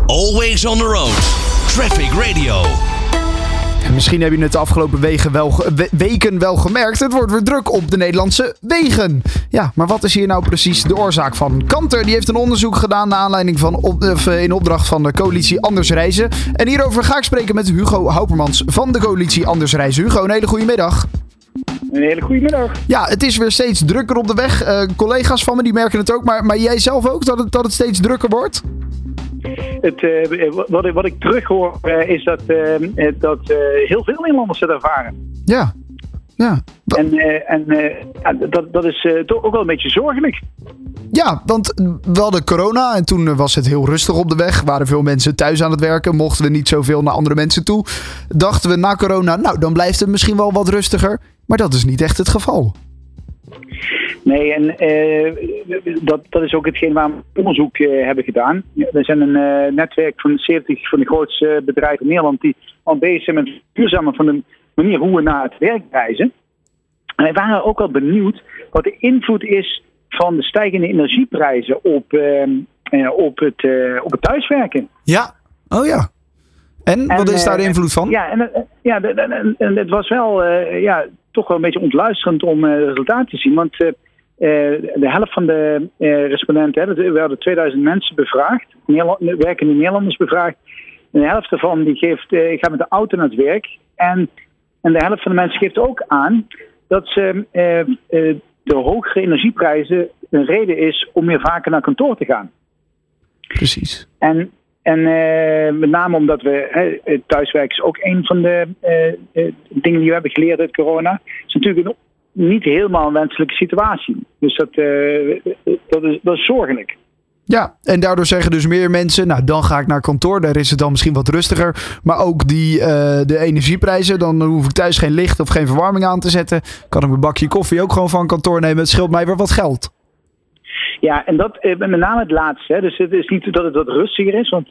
Always on the road. Traffic Radio. Misschien heb je het de afgelopen weken wel gemerkt. Het wordt weer druk op de Nederlandse wegen. Ja, maar wat is hier nou precies de oorzaak van? Kanter die heeft een onderzoek gedaan naar aanleiding van in opdracht van de coalitie Anders Reizen. En hierover ga ik spreken met Hugo Houpermans van de coalitie Anders Reizen. Hugo, een hele goede middag. Een hele goede middag. Ja, het is weer steeds drukker op de weg. Collega's van me die merken het ook, maar jij zelf ook dat het steeds drukker wordt? Wat ik terughoor is dat heel veel Nederlanders het ervaren. Ja. Dat is toch ook wel een beetje zorgelijk. Ja, want we hadden corona en toen was het heel rustig op de weg. Waren veel mensen thuis aan het werken. Mochten we niet zoveel naar andere mensen toe. Dachten we na corona, nou dan blijft het misschien wel wat rustiger. Maar dat is niet echt het geval. Nee, en dat is ook hetgeen waar we onderzoek hebben gedaan. We zijn een netwerk van 70 van de grootste bedrijven in Nederland die al bezig zijn met het verduurzamen van de manier hoe we naar het werk reizen. En wij waren ook wel benieuwd wat de invloed is van de stijgende energieprijzen op het thuiswerken. Ja, oh ja. En wat is daar de invloed van? En het was wel toch wel een beetje ontluisterend om resultaten te zien. Want de helft van de respondenten, we hadden 2000 mensen bevraagd, werkende Nederlanders bevraagd. En de helft daarvan die gaat met de auto naar het werk. En de helft van de mensen geeft ook aan dat ze de hogere energieprijzen een reden is om meer vaker naar kantoor te gaan. Precies. En met name omdat we thuiswerken is ook een van de dingen die we hebben geleerd uit corona. Het is natuurlijk niet helemaal een wenselijke situatie. Dus dat is zorgelijk. Ja, en daardoor zeggen dus meer mensen, nou dan ga ik naar kantoor. Daar is het dan misschien wat rustiger. Maar ook de energieprijzen, dan hoef ik thuis geen licht of geen verwarming aan te zetten. Kan ik mijn bakje koffie ook gewoon van kantoor nemen. Het scheelt mij weer wat geld. Ja, en dat met name het laatste. Hè. Dus het is niet dat het wat rustiger is, want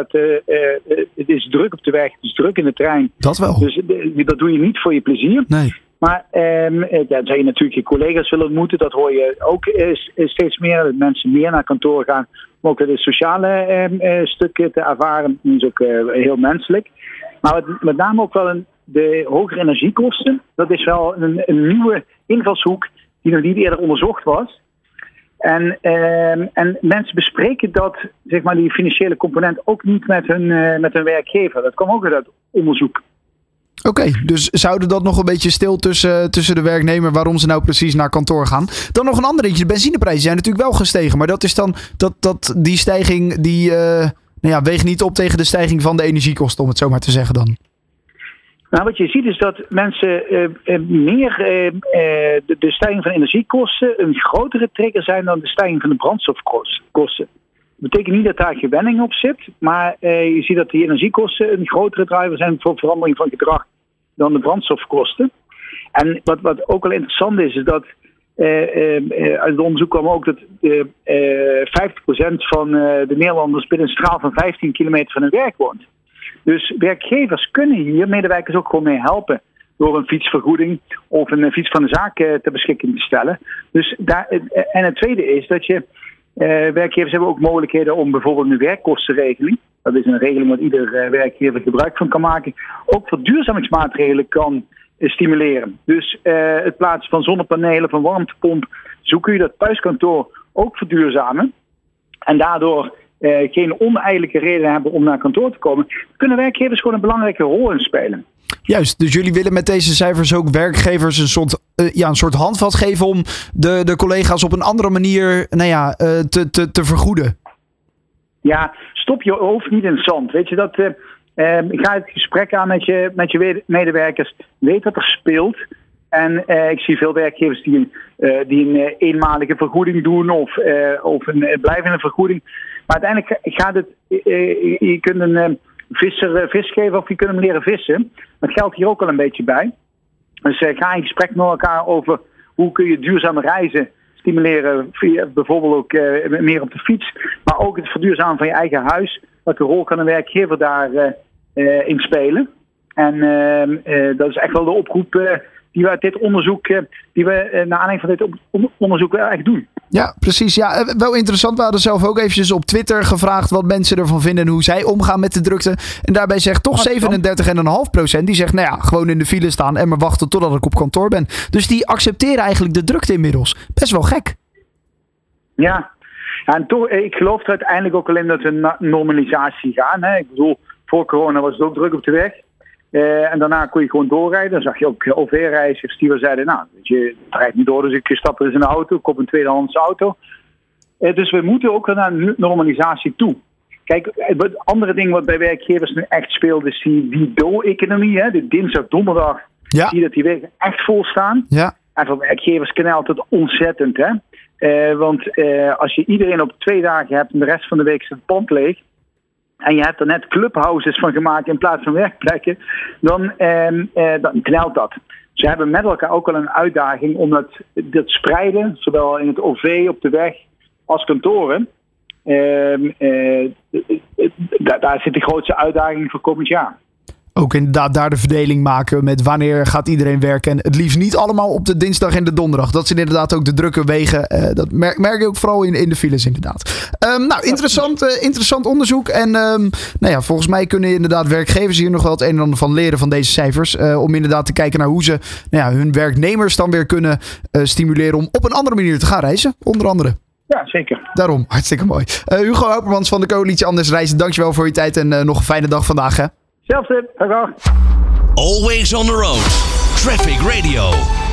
het is druk op de weg, het is druk in de trein. Dat wel. Dus dat doe je niet voor je plezier. Nee. Maar dan zou je natuurlijk je collega's willen ontmoeten. Dat hoor je ook steeds meer. Dat mensen meer naar kantoor gaan. Om ook de sociale stukken te ervaren. Dat is ook heel menselijk. Maar met name ook wel de hogere energiekosten. Dat is wel een nieuwe invalshoek die nog niet eerder onderzocht was. En mensen bespreken dat, zeg maar, die financiële component ook niet met hun werkgever. Dat kwam ook uit dat onderzoek. Oké, dus zouden dat nog een beetje stil tussen de werknemer waarom ze nou precies naar kantoor gaan? Dan nog een ander dingetje. De benzineprijzen zijn natuurlijk wel gestegen. Maar dat is dan die stijging die weegt niet op tegen de stijging van de energiekosten, om het zo maar te zeggen dan. Nou, wat je ziet is dat mensen meer de stijging van energiekosten een grotere trigger zijn dan de stijging van de brandstofkosten. Dat betekent niet dat daar gewenning op zit, maar je ziet dat die energiekosten een grotere driver zijn voor verandering van gedrag dan de brandstofkosten. En wat ook wel interessant is dat uit het onderzoek kwam ook dat 50% van de Nederlanders binnen een straal van 15 kilometer van hun werk woont. Dus werkgevers kunnen hier medewerkers ook gewoon mee helpen door een fietsvergoeding of een fiets van de zaak ter beschikking te stellen. Dus en het tweede is dat werkgevers hebben ook mogelijkheden om bijvoorbeeld een werkkostenregeling. Dat is een regeling waar ieder werkgever gebruik van kan maken. Ook verduurzamingsmaatregelen kan stimuleren. Dus het plaatsen van zonnepanelen, van warmtepomp. Zo kun je dat thuiskantoor ook verduurzamen. En daardoor geen oneigenlijke reden hebben om naar kantoor te komen. Kunnen werkgevers gewoon een belangrijke rol in spelen. Juist, dus jullie willen met deze cijfers ook werkgevers een soort handvat geven om de collega's op een andere manier te vergoeden. Ja, stop je hoofd niet in het zand. Weet je, ga het gesprek aan met je medewerkers. Weet wat er speelt. En ik zie veel werkgevers die een eenmalige vergoeding doen of een blijvende vergoeding. Maar uiteindelijk gaat het, je kunt een visser vis geven of je kunt hem leren vissen. Dat geldt hier ook al een beetje bij. Dus ga in gesprek met elkaar over hoe kun je duurzame reizen stimuleren. Via bijvoorbeeld ook meer op de fiets. Maar ook het verduurzamen van je eigen huis. Welke rol kan een werkgever daar in spelen? En dat is echt wel de oproep die we uit dit onderzoek, die we naar aanleiding van dit onderzoek wel echt doen. Ja, precies. Ja, wel interessant. We hadden zelf ook eventjes op Twitter gevraagd wat mensen ervan vinden en hoe zij omgaan met de drukte. En daarbij zegt toch 37,5% die zegt, nou ja, gewoon in de file staan en maar wachten totdat ik op kantoor ben. Dus die accepteren eigenlijk de drukte inmiddels. Best wel gek. Ja, en toch, ik geloof er uiteindelijk ook alleen dat we naar normalisatie gaan. Hè. Ik bedoel, voor corona was het ook druk op de weg. En daarna kon je gewoon doorrijden. Dan zag je ook OV-reizigers die zeiden, nou, weet je, het rijdt niet door, dus ik stap er eens in een auto, ik koop een tweedehands auto. Dus we moeten ook naar normalisatie toe. Kijk, het andere ding wat bij werkgevers nu echt speelt, is die do-economie. Hè? De dinsdag, donderdag, zie je dat die wegen echt vol staan. Ja. En voor werkgevers kan altijd ontzettend, hè. Want als je iedereen op 2 dagen hebt en de rest van de week is het pand leeg, en je hebt er net clubhouses van gemaakt in plaats van werkplekken, dan knelt dat. Ze hebben met elkaar ook wel een uitdaging om dat spreiden, zowel in het OV, op de weg, als kantoren. Daar zit de grootste uitdaging voor komend jaar. Ook inderdaad daar de verdeling maken met wanneer gaat iedereen werken. En het liefst niet allemaal op de dinsdag en de donderdag. Dat zijn inderdaad ook de drukke wegen. Dat merk je ook vooral in de files inderdaad. Interessant onderzoek. En volgens mij kunnen inderdaad werkgevers hier nog wel het een en ander van leren van deze cijfers. Om inderdaad te kijken naar hoe ze hun werknemers dan weer kunnen stimuleren om op een andere manier te gaan reizen. Onder andere. Ja, zeker. Daarom, hartstikke mooi. Hugo Houpermans van de Coalitie Anders Reizen. Dankjewel voor je tijd en nog een fijne dag vandaag. Hè? Zelfde, dag. Always on the road. Traffic Radio.